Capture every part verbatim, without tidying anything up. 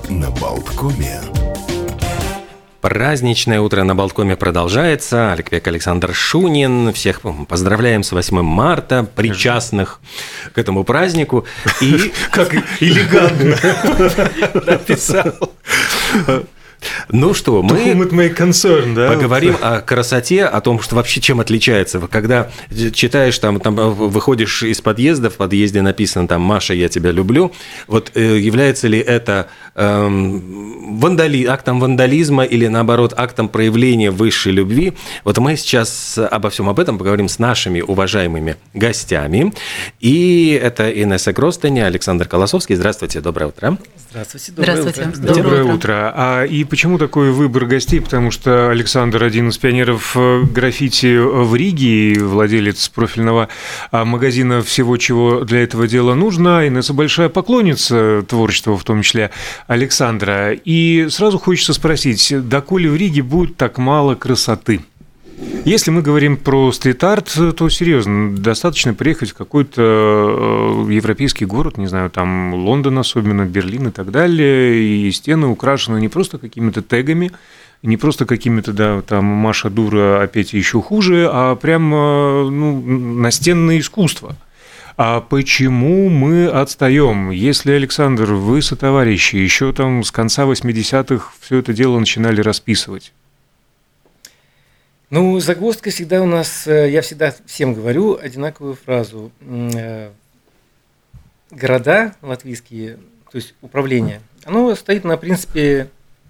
на Болткоме. Праздничное утро на Болткоме продолжается. Олег Пек, Александр Шунин. Всех поздравляем с восьмым марта, причастных к этому празднику. И как элегантно написал. Ну что, мы concern, да? поговорим о красоте, о том, что вообще чем отличается. Когда читаешь, там, там выходишь из подъезда, в подъезде написано там «Маша, я тебя люблю». Вот э, является ли это э, вандали... актом вандализма или, наоборот, актом проявления высшей любви? Вот мы сейчас обо всем об этом поговорим с нашими уважаемыми гостями. И это Инесса Гростань, Александр Колосовский. Здравствуйте, доброе утро. Здравствуйте, доброе Здравствуйте. утро. Доброе, доброе утро. утро. А, и почему такой выбор гостей? Потому что Александр один из пионеров граффити в Риге и владелец профильного магазина всего, чего для этого дела нужно. Инесса большая поклонница творчества, в том числе Александра. И сразу хочется спросить, доколе в Риге будет так мало красоты? Если мы говорим про стрит-арт, то серьезно, достаточно приехать в какой-то европейский город, не знаю, там Лондон особенно, Берлин и так далее, и стены украшены не просто какими-то тегами, не просто какими-то, да, там Маша дура, а Петя еще хуже, а прямо, ну, настенное искусство. А почему мы отстаем? Если, Александр, вы сотоварищи, еще там с конца восьмидесятых все это дело начинали расписывать. Ну, загвоздка всегда у нас, я всегда всем говорю одинаковую фразу. Города латвийские, то есть управление, оно стоит на принципе,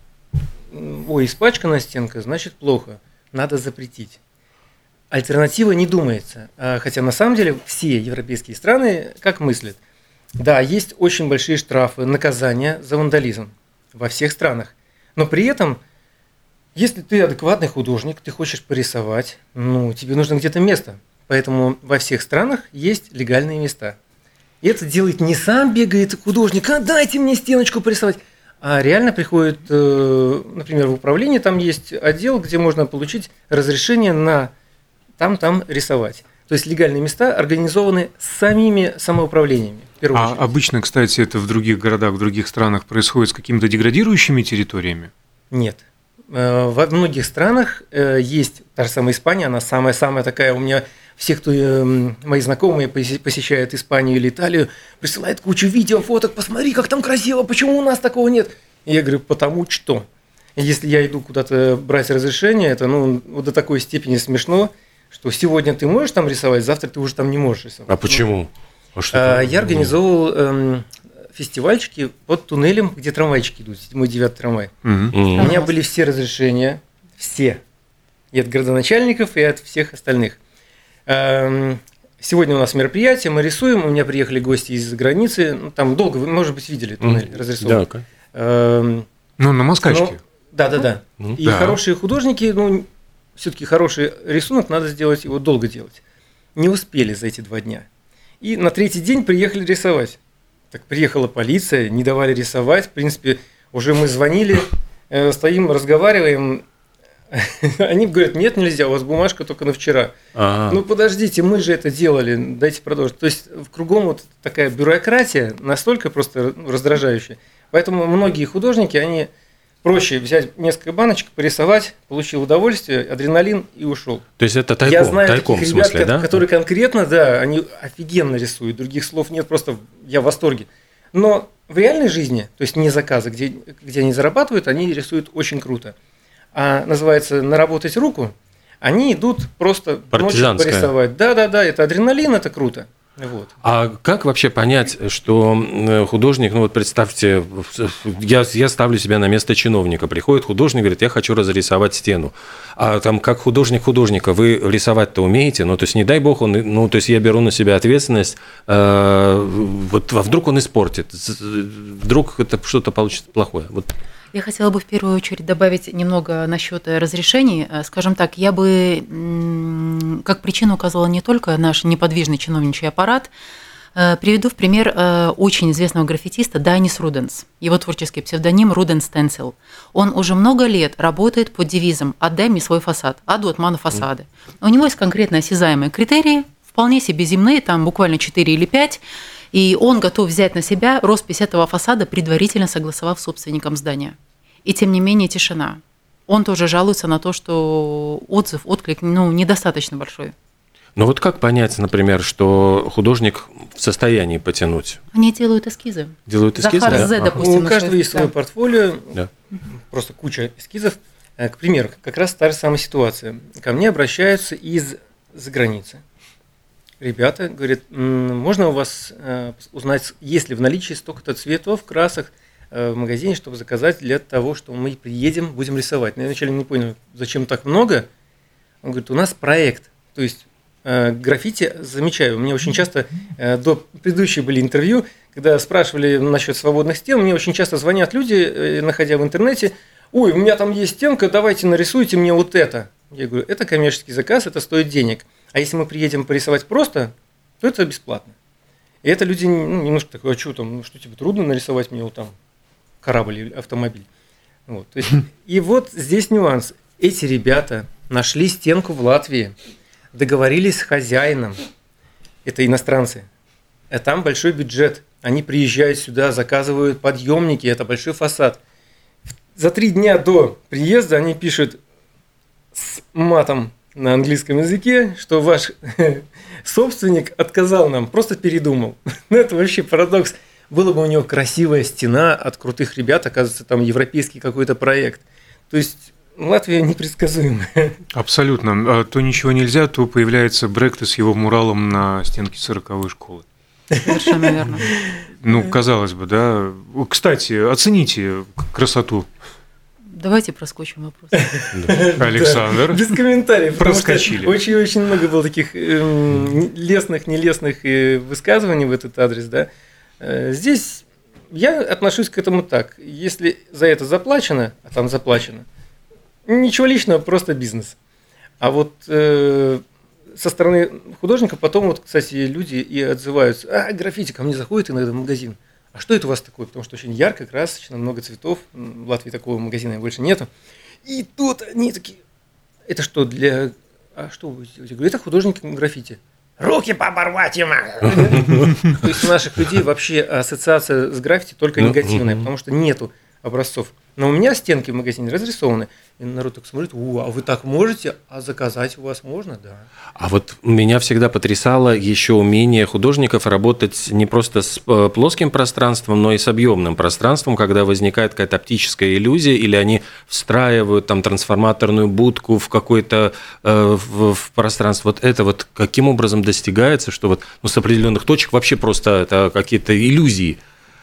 ой, испачкана стенка, значит плохо, надо запретить. Альтернатива не думается. Хотя на самом деле все европейские страны как мыслят? Да, есть очень большие штрафы, наказания за вандализм во всех странах, но при этом... Если ты адекватный художник, ты хочешь порисовать, ну, тебе нужно где-то место. Поэтому во всех странах есть легальные места. И это делает не сам бегает художник, а дайте мне стеночку порисовать. А реально приходит, например, в управление, там есть отдел, где можно получить разрешение на там-там рисовать. То есть легальные места организованы самими самоуправлениями. А обычно, кстати, это в других городах, в других странах происходит с какими-то деградирующими территориями? Нет. Во многих странах есть та же самая Испания, она самая-самая такая, у меня все, кто мои знакомые посещают Испанию или Италию, присылают кучу видео, фоток, посмотри, как там красиво, почему у нас такого нет? И я говорю, потому что. Если я иду куда-то брать разрешение, это ну, вот до такой степени смешно, что сегодня ты можешь там рисовать, завтра ты уже там не можешь рисовать. А почему? А что я организовал... Эм, фестивальчики под туннелем, где трамвайчики идут, седьмой, девятый трамвай. Mm-hmm. У меня были все разрешения, все, и от градоначальников, и от всех остальных. Сегодня у нас мероприятие, мы рисуем, у меня приехали гости из-за границы, ну, там долго, вы, может быть, видели туннель mm-hmm. разрисован. Да, эм, ну, на москачке. Да-да-да. Mm-hmm. И да. Хорошие художники, ну, все-таки хороший рисунок, надо сделать, его долго делать. Не успели за эти два дня. И на третий день приехали рисовать. Так приехала полиция, не давали рисовать. В принципе, уже мы звонили, э, стоим, разговариваем. Они говорят, нет, нельзя, у вас бумажка только на вчера. А-а-а. Ну, подождите, мы же это делали, дайте продолжить. То есть, кругом вот такая бюрократия настолько просто раздражающая. Поэтому многие художники, они проще взять несколько баночек, порисовать, получил удовольствие, адреналин и ушел. То есть, это тайком, Я знаю тайком таких в смысле, ребят, да? которые конкретно, да, они офигенно рисуют, других слов нет, просто я в восторге. Но в реальной жизни, то есть не заказы, где, где они зарабатывают, они рисуют очень круто. А называется «наработать руку», они идут просто ночью порисовать. Да-да-да, это адреналин, это круто. Вот. А как вообще понять, что художник, ну вот представьте, я, я ставлю себя на место чиновника, приходит художник, говорит, я хочу разрисовать стену, а там как художник художника, вы рисовать-то умеете, ну то есть не дай бог, он, ну то есть я беру на себя ответственность, э, вот, а вдруг он испортит, вдруг это что-то получится плохое, вот. Я хотела бы в первую очередь добавить немного насчет разрешений. Скажем так, я бы как причину указала не только наш неподвижный чиновничий аппарат. Приведу в пример очень известного граффитиста Дайнис Руденс. Его творческий псевдоним Руденс Стенсил. Он уже много лет работает под девизом «Отдай мне свой фасад», «Аду отману фасады». У него есть конкретно осязаемые критерии, вполне себе земные, там буквально четыре или пять. И он готов взять на себя роспись этого фасада, предварительно согласовав с собственником здания. И тем не менее тишина. Он тоже жалуется на то, что отзыв, отклик ну, недостаточно большой. Ну вот как понять, например, что художник в состоянии потянуть? Они делают эскизы. Делают эскизы, Захар да? З, А. допустим. У каждого есть свое да. портфолио, Да. просто куча эскизов. К примеру, как раз та же самая ситуация. Ко мне обращаются из-за границы. Ребята говорят, можно у вас узнать, есть ли в наличии столько-то цветов, красок в магазине, чтобы заказать для того, что мы приедем, будем рисовать. Но я вначале не понял, зачем так много. Он говорит, у нас проект. То есть граффити, замечаю, у меня очень часто, до предыдущие были интервью, когда спрашивали насчет свободных стен, мне очень часто звонят люди, находя в интернете, ой, у меня там есть стенка, давайте нарисуйте мне вот это. Я говорю, это коммерческий заказ, это стоит денег. А если мы приедем порисовать просто, то это бесплатно. И это люди ну, немножко такое, а что там, ну, что тебе трудно нарисовать мне вот там корабль или автомобиль. Вот, то есть, и вот здесь нюанс. Эти ребята нашли стенку в Латвии, договорились с хозяином, это иностранцы, а там большой бюджет. Они приезжают сюда, заказывают подъемники, это большой фасад. За три дня до приезда они пишут с матом на английском языке, что ваш собственник отказал нам, просто передумал. Ну, это вообще парадокс. Была бы у него красивая стена от крутых ребят, оказывается, там европейский какой-то проект. То есть Латвия непредсказуемая. Абсолютно. То ничего нельзя, то появляется Брехт с его муралом на стенке сороковой школы. Совершенно верно. Ну, казалось бы, да. Кстати, оцените красоту. Давайте проскочим вопрос. Александр. Без комментариев. Проскочили. Очень-очень много было таких лестных, нелестных высказываний в этот адрес, да. Здесь я отношусь к этому так. Если за это заплачено, а там заплачено, ничего личного, просто бизнес. А вот э, со стороны художника потом, вот, кстати, люди и отзываются. А, граффити, ко мне заходит иногда в магазин. А что это у вас такое? Потому что очень ярко, красочно, много цветов. В Латвии такого магазина больше нету. И тут они такие, это что, для... А что вы делаете? Я говорю, это художник граффити. Руки поборвать ему! То есть у наших людей вообще ассоциация с граффити только негативная, потому что нету образцов. Но у меня стенки в магазине разрисованы. И народ так смотрит, у, а вы так можете, а заказать у вас можно, да. А вот меня всегда потрясало еще умение художников работать не просто с плоским пространством, но и с объемным пространством, когда возникает какая-то оптическая иллюзия, или они встраивают там трансформаторную будку в какое-то э, в, в пространство. Вот это вот каким образом достигается, что вот ну, с определенных точек вообще просто это какие-то иллюзии.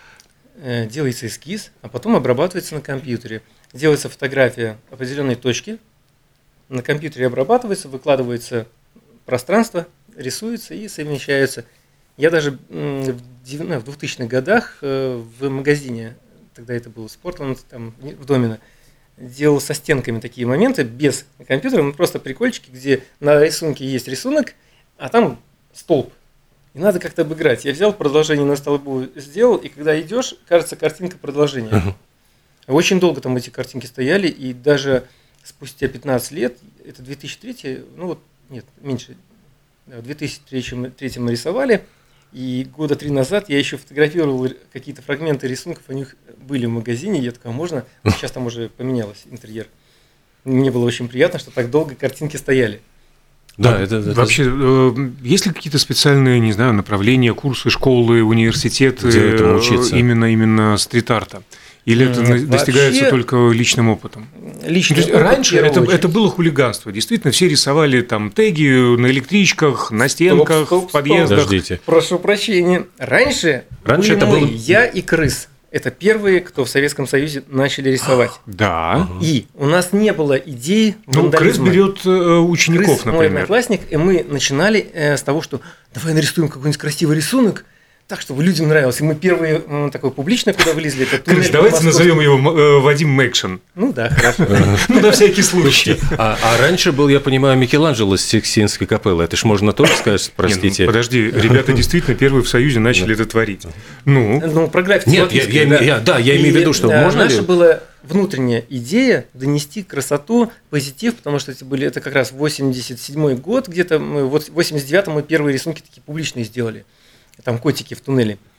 Делается эскиз, а потом обрабатывается на компьютере. Делается фотография определенной точки, на компьютере обрабатывается, выкладывается пространство, рисуется и совмещается. Я даже в двухтысячных годах в магазине, тогда это был Спортланд, там в Домино, делал со стенками такие моменты, без компьютера, ну, просто прикольчики, где на рисунке есть рисунок, а там столб. И надо как-то обыграть. Я взял продолжение на столбу, сделал, и когда идешь, кажется, картинка продолжения. Uh-huh. Очень долго там эти картинки стояли, и даже спустя пятнадцать лет, это две тысячи третий, ну вот, нет, меньше, в две тысячи третьем мы рисовали, и года три назад я еще фотографировал какие-то фрагменты рисунков, у них были в магазине, я такой, а можно? Сейчас там уже поменялось интерьер. Мне было очень приятно, что так долго картинки стояли. Да, это, это... Вообще, есть ли какие-то специальные, не знаю, направления, курсы, школы, университеты именно, именно стрит-арта? Или это Вообще, достигается только личным опытом? Личный опыт, раньше это, это было хулиганство. Действительно, все рисовали там теги на электричках, на стенках, стоп, стоп, в подъездах. Подождите. Прошу прощения. Раньше, раньше это мы, было... я и крыс. Это первые, кто в Советском Союзе начали рисовать. Да. И у нас не было идей вандализма. Ну, крыс берет учеников, крыс, например. Мой одноклассник, и мы начинали с того, что давай нарисуем какой-нибудь красивый рисунок, так, чтобы людям нравилось. И мы первые, ну, такое публичное, куда вылезли. Это крыс, давайте назовем его э, Вадим Мэкшин. Ну да, хорошо. Ну, на всякий случай. А раньше был, я понимаю, Микеланджело с Сикстинской капеллы. Это ж можно тоже сказать, простите. Подожди, ребята действительно первые в Союзе начали это творить. Ну, ну про граффити. Нет, я, да, я имею в виду, что можно ли... Наша была внутренняя идея донести красоту, позитив, потому что это были, это как раз восемьдесят седьмой год, где-то мы, вот в восемьдесят девятом мы первые рисунки такие публичные сделали. Там котики в туннеле.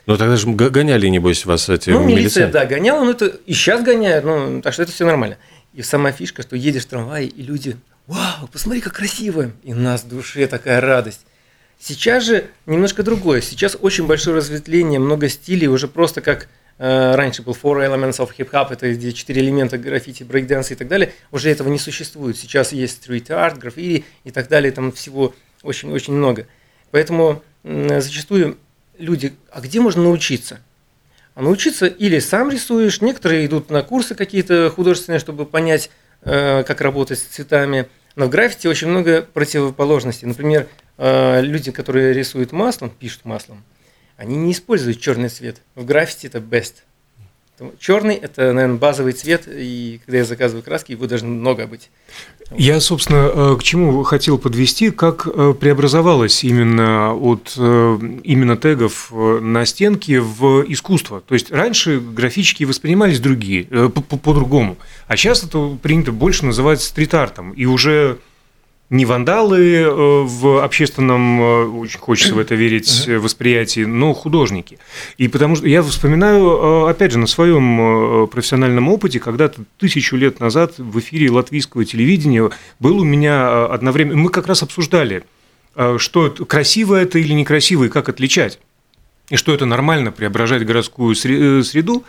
Ну, тогда же гоняли, небось, вас эти Ну, милиция, милиция. да, гоняла, но это и сейчас гоняют, ну, так что это все нормально. И сама фишка, что едешь в трамвае, и люди, вау, посмотри, как красиво, и у нас в душе такая радость. Сейчас же немножко другое, сейчас очень большое разветвление, много стилей, уже просто как э, раньше был Four Elements of Hip Hop, это где четыре элемента граффити, брейкданса и так далее, уже этого не существует. Сейчас есть стрит арт, граффити и так далее, там всего очень-очень много. Поэтому э, зачастую люди, а где можно научиться? А научиться или сам рисуешь, некоторые идут на курсы какие-то художественные, чтобы понять, э, как работать с цветами. Но в граффити очень много противоположностей. Например, э, люди, которые рисуют маслом, пишут маслом, они не используют черный цвет. В граффити это best. Черный – это, наверное, базовый цвет, и когда я заказываю краски, его должно много быть. Я, собственно, к чему хотел подвести, как преобразовалось именно от именно тегов на стенке в искусство. То есть раньше графички воспринимались другие, по-другому, а сейчас это принято больше называть стрит-артом, и уже не вандалы в общественном, очень хочется в это верить, восприятии, но художники. И потому что я вспоминаю, опять же, на своем профессиональном опыте, когда-то тысячу лет назад в эфире латвийского телевидения был у меня одновременно... Мы как раз обсуждали, что красиво это или некрасиво, и как отличать. И что это нормально преображать городскую среду.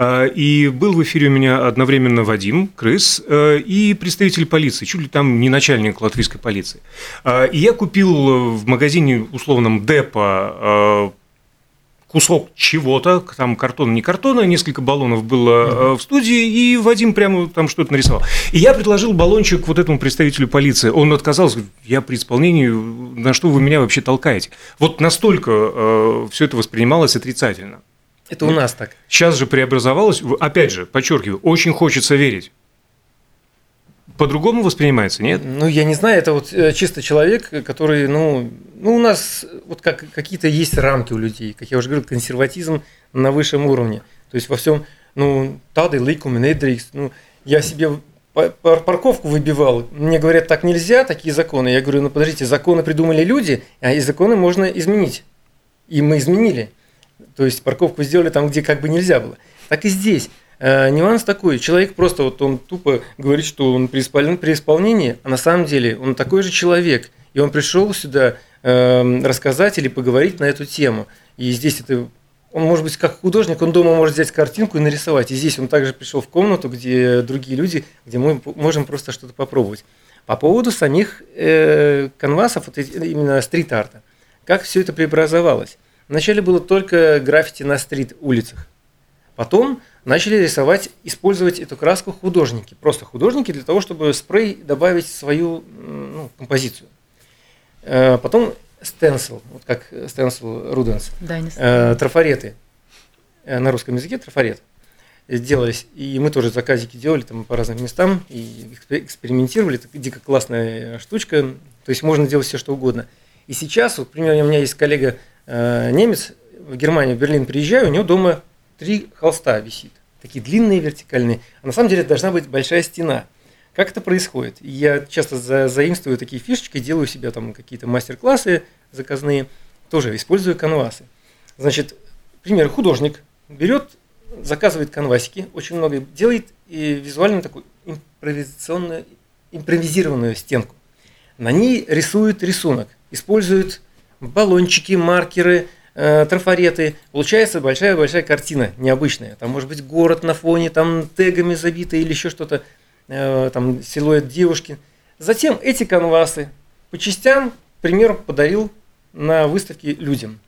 И был в эфире у меня одновременно Вадим Крыс и представитель полиции, чуть ли там не начальник латвийской полиции. И я купил в магазине условном Депо кусок чего-то, там картона, не картона, несколько баллонов было в студии, и Вадим прямо там что-то нарисовал. И я предложил баллончик вот этому представителю полиции. Он отказался, говорит, я при исполнении, на что вы меня вообще толкаете? Вот настолько э, все это воспринималось отрицательно. Это у нас так. Сейчас же преобразовалось, опять же, подчеркиваю, очень хочется верить. По-другому воспринимается, нет? Ну, я не знаю, это вот чисто человек, который, ну, ну у нас вот как, какие-то есть рамки у людей, как я уже говорил, консерватизм на высшем уровне. То есть во всем, ну, тады, ликум, недрикс, ну, я себе парковку выбивал, мне говорят, так нельзя, такие законы. Я говорю, ну, подождите, законы придумали люди, а и законы можно изменить. И мы изменили. То есть парковку сделали там, где как бы нельзя было. Так и здесь. Э, нюанс такой, человек просто вот он тупо говорит, что он при исполнении, при исполнении, а на самом деле он такой же человек, и он пришел сюда э, рассказать или поговорить на эту тему. И здесь это, он может быть как художник, он дома может взять картинку и нарисовать, и здесь он также пришел в комнату, где другие люди, где мы можем просто что-то попробовать. По поводу самих э, канвасов, вот именно стрит-арта, как все это преобразовалось. Вначале было только граффити на стрит-улицах. Потом начали рисовать, использовать эту краску художники. Просто художники для того, чтобы спрей добавить в свою ну, композицию. Потом стенсил, вот как стенсил Руденс. Да, трафареты. На русском языке трафарет делались. И мы тоже заказики делали там по разным местам. И экспериментировали. Это дико классная штучка. То есть можно делать все, что угодно. И сейчас, вот, например, у меня есть коллега немец, в Германию, в Берлин приезжаю, у него дома три холста висит, такие длинные, вертикальные. А на самом деле должна быть большая стена. Как это происходит? Я часто за, заимствую такие фишечки, делаю у себя там какие-то мастер-классы заказные, тоже использую канвасы. Значит, например, художник берет, заказывает канвасики, очень много делает и визуально такую импровизационную, импровизированную стенку. На ней рисует рисунок, использует баллончики, маркеры, трафареты, получается большая-большая картина, необычная. Там может быть город на фоне, там тегами забито или еще что-то, там силуэт девушки. Затем эти канвасы по частям, к примеру, подарил на выставке людям.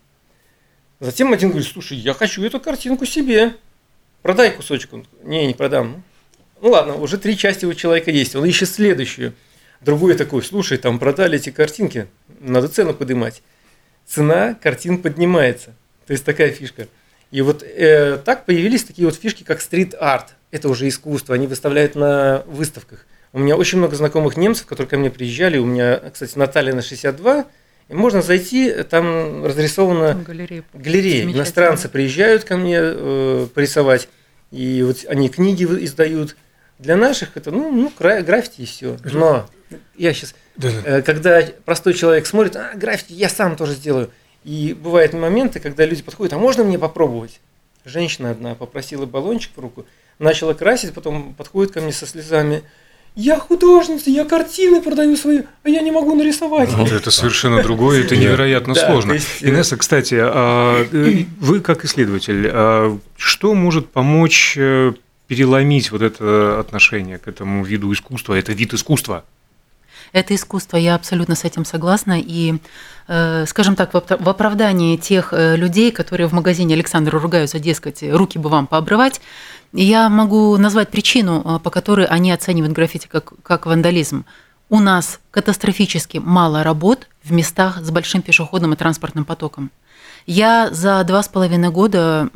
Затем один говорит, слушай, я хочу эту картинку себе, продай кусочек. Он, не, не продам. Ну ладно, уже три части у человека есть, он ищет следующую. Другой такой, слушай, там продали эти картинки, надо цену поднимать. Цена картин поднимается. То есть такая фишка. И вот э, так появились такие вот фишки, как стрит-арт. Это уже искусство. Они выставляют на выставках. У меня очень много знакомых немцев, которые ко мне приезжали. У меня, кстати, Натальина шестьдесят два. И можно зайти, там разрисована галерея. галерея. Иностранцы приезжают ко мне э, порисовать. И вот они книги издают. Для наших это, ну, ну граффити и все. Но я сейчас, да-да. Когда простой человек смотрит, а, граффити я сам тоже сделаю. И бывают моменты, когда люди подходят, а можно мне попробовать? Женщина одна попросила баллончик в руку, начала красить, потом подходит ко мне со слезами. Я художница, я картины продаю свои, а я не могу нарисовать. Это совершенно другое, это невероятно сложно. Инесса, кстати, вы как исследователь, что может помочь переломить вот это отношение к этому виду искусства? Это вид искусства. Это искусство, я абсолютно с этим согласна. И, скажем так, в оправдании тех людей, которые в магазине Александра ругаются, дескать, руки бы вам пообрывать, я могу назвать причину, по которой они оценивают граффити как, как вандализм. У нас катастрофически мало работ в местах с большим пешеходным и транспортным потоком. Я за два с половиной года,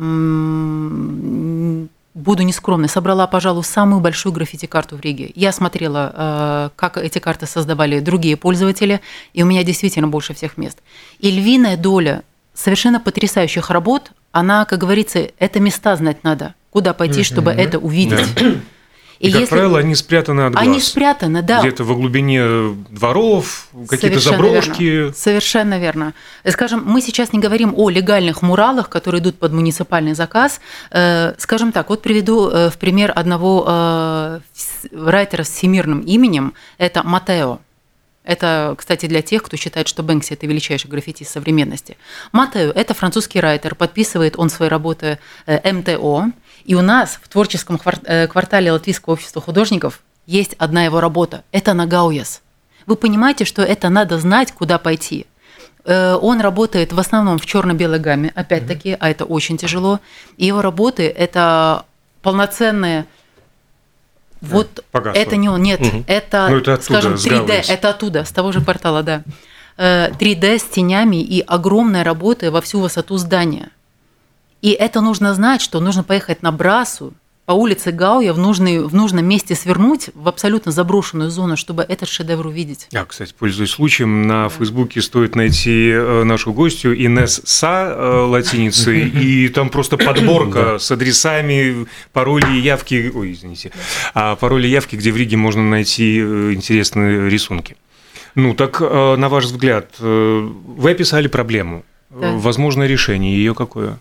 буду нескромной, собрала, пожалуй, самую большую граффити-карту в Риге. Я смотрела, как эти карты создавали другие пользователи, и у меня действительно больше всех мест. И львиная доля совершенно потрясающих работ, она, как говорится, это места знать надо, куда пойти, mm-hmm. чтобы это увидеть. Да. И, и как если... правило, они спрятаны от глаз. Они спрятаны, да. Где-то во глубине дворов, какие-то Совершенно заброшки. Верно. Совершенно верно. Скажем, мы сейчас не говорим о легальных муралах, которые идут под муниципальный заказ. Скажем так, вот приведу в пример одного райтера с всемирным именем. Это Матео. Это, кстати, для тех, кто считает, что Бэнкси – это величайший граффити современности. Матео – это французский райтер, подписывает он свои работы эм тэ о. И у нас в творческом квартале Латвийского общества художников есть одна его работа – это Нагауяс. Вы понимаете, что это надо знать, куда пойти. Он работает в основном в черно-белой гамме, опять-таки, mm-hmm. а это очень тяжело. И его работы – это полноценные… Вот Погасло. Это не он, нет, угу. это, ну, это оттуда, скажем, три дэ, это оттуда, с того же портала, да. три дэ с тенями и огромная работа во всю высоту здания. И это нужно знать, что нужно поехать на Брасу, по улице Гауя в, нужный, в нужном месте свернуть в абсолютно заброшенную зону, чтобы этот шедевр увидеть. А, кстати, пользуясь случаем, на да. Фейсбуке стоит найти нашу гостью Инесса латиницей, и там просто подборка с адресами, пароли и явки, ой, извините, пароли и явки, где в Риге можно найти интересные рисунки. Ну, так, на ваш взгляд, вы описали проблему. Да. Возможное решение ее какое?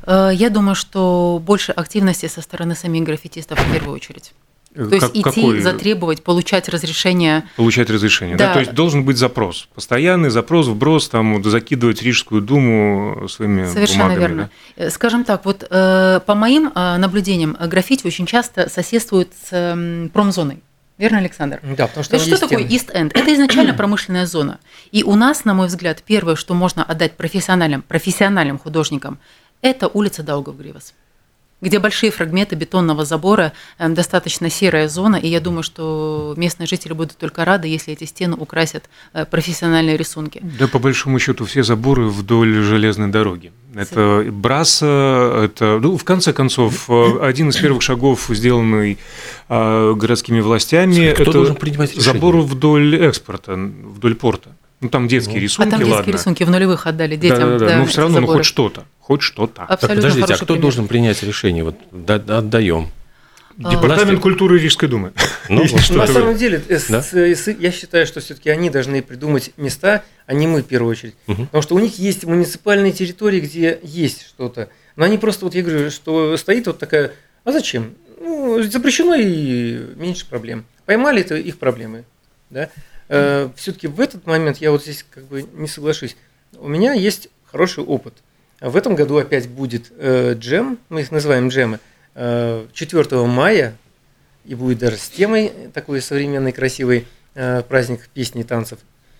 Я думаю, что больше активности со стороны самих граффитистов в первую очередь. То есть как, идти, какой... затребовать, получать разрешение. Получать разрешение, да. да. То есть должен быть запрос, постоянный запрос, вброс, там, закидывать Рижскую думу своими Совершенно бумагами. Верно. Да? Скажем так, вот по моим наблюдениям, граффити очень часто соседствует с промзоной. Верно, Александр? Да, потому что что такое East End? Это изначально промышленная зона. И у нас, на мой взгляд, первое, что можно отдать профессиональным, профессиональным художникам, это улица Даугавгривас, где большие фрагменты бетонного забора, достаточно серая зона, и я думаю, что местные жители будут только рады, если эти стены украсят профессиональные рисунки. Да, по большому счету, все заборы вдоль железной дороги. Это Браса, это, ну, в конце концов, один из первых шагов, сделанный городскими властями, Кто это должен принимать решение? Забор вдоль экспорта, вдоль порта. Ну, там детские рисунки, ладно. А там детские ладно. рисунки в нулевых отдали детям. Да, да, да, да, но все равно ну, заборы. хоть что-то, хоть что-то. Так, подождите, а кто пример. должен принять решение? Вот отдаем. Департамент а, культуры Рижской думы. Ну, на самом деле, да? я считаю, что все-таки они должны придумать места, а не мы в первую очередь. Угу. Потому что у них есть муниципальные территории, где есть что-то. Но они просто, вот я говорю, что стоит вот такая, а зачем? Ну, запрещено и меньше проблем. Поймали, это их проблемы. Да? Все-таки в этот момент я вот здесь как бы не соглашусь. У меня есть хороший опыт. В этом году опять будет джем, мы их называем джемы, четвёртого мая, и будет даже с темой такой современный, красивый праздник песни и танцев.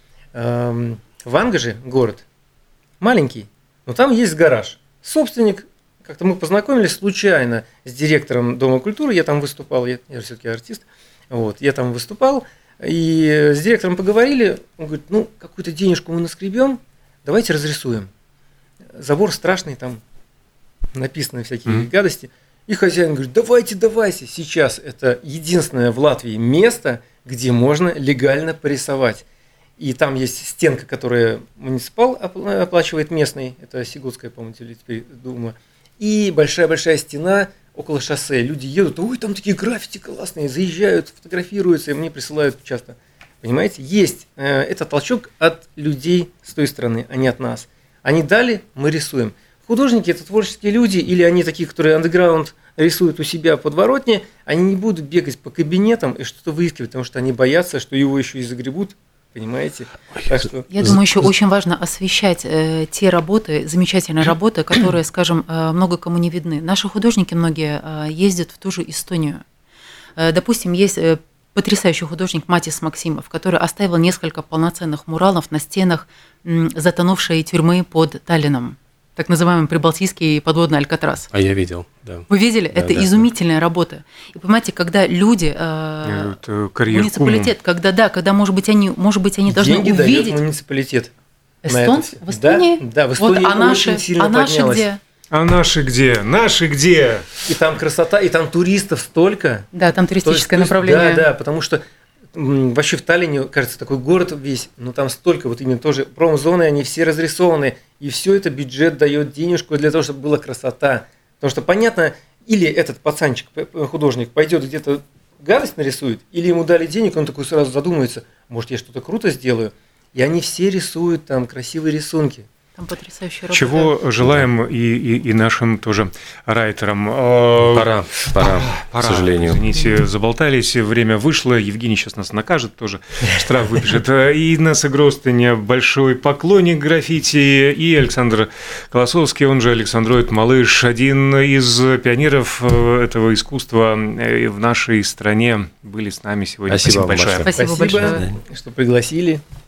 В Ангаже город маленький, но там есть гараж. Собственник, как-то мы познакомились случайно с директором Дома культуры, я там выступал, я, я же все-таки артист, вот, я там выступал, и с директором поговорили, он говорит, ну, какую-то денежку мы наскребем, давайте разрисуем. Забор страшный, там написаны всякие mm-hmm. гадости. И хозяин говорит, давайте, давайте, сейчас это единственное в Латвии место, где можно легально порисовать. И там есть стенка, которая муниципал оплачивает местный, это Сигутская, по-моему, теперь дума, и большая-большая стена около шоссе. Люди едут, ой, там такие граффити классные, заезжают, фотографируются, и мне присылают часто. Понимаете, есть э, этот толчок от людей с той стороны, а не от нас. Они дали, мы рисуем. Художники – это творческие люди, или они такие, которые андеграунд рисуют у себя в подворотне, они не будут бегать по кабинетам и что-то выискивать, потому что они боятся, что его еще и загребут. Понимаете? Так что... Я думаю, еще очень важно освещать э, те работы, замечательные работы, которые, скажем, э, много кому не видны. Наши художники многие э, ездят в ту же Эстонию. Э, допустим, есть э, потрясающий художник Матис Максимов, который оставил несколько полноценных муралов на стенах м, затонувшей тюрьмы под Таллином. Так называемый прибалтийский подводный Алькатрас. А я видел, да. Вы видели? Да, это да, изумительная да. работа. И понимаете, когда люди, э, муниципалитет, когда да, когда, может быть, они, может быть, они должны Деньги увидеть. Дает муниципалитет. Эстон? В Эстонии? Да, да, в Эстонии вот, а очень наши, сильно а наши поднялось. где? А наши где? Наши где? И там красота, и там туристов столько. Да, там туристическое то есть, направление. Да, да, потому что вообще в Таллине, кажется, такой город весь, но там столько, вот именно тоже промзоны, они все разрисованы, и все это бюджет дает денежку для того, чтобы была красота. Потому что, понятно, или этот пацанчик, художник, пойдет где-то гадость нарисует, или ему дали денег, он такой сразу задумается, может, я что-то круто сделаю. И они все рисуют там красивые рисунки. Там потрясающая работа. Чего желаем и, и, и нашим тоже райтерам. Пора, пора, пора, к сожалению. Извините, заболтались, время вышло, Евгений сейчас нас накажет тоже, штраф выпишет. И Инесса Гростыня, большой поклонник граффити, и Александр Колосовский, он же Александроид Малыш, один из пионеров этого искусства в нашей стране, были с нами сегодня. Спасибо, Спасибо большое. Спасибо, Спасибо, большое, что пригласили.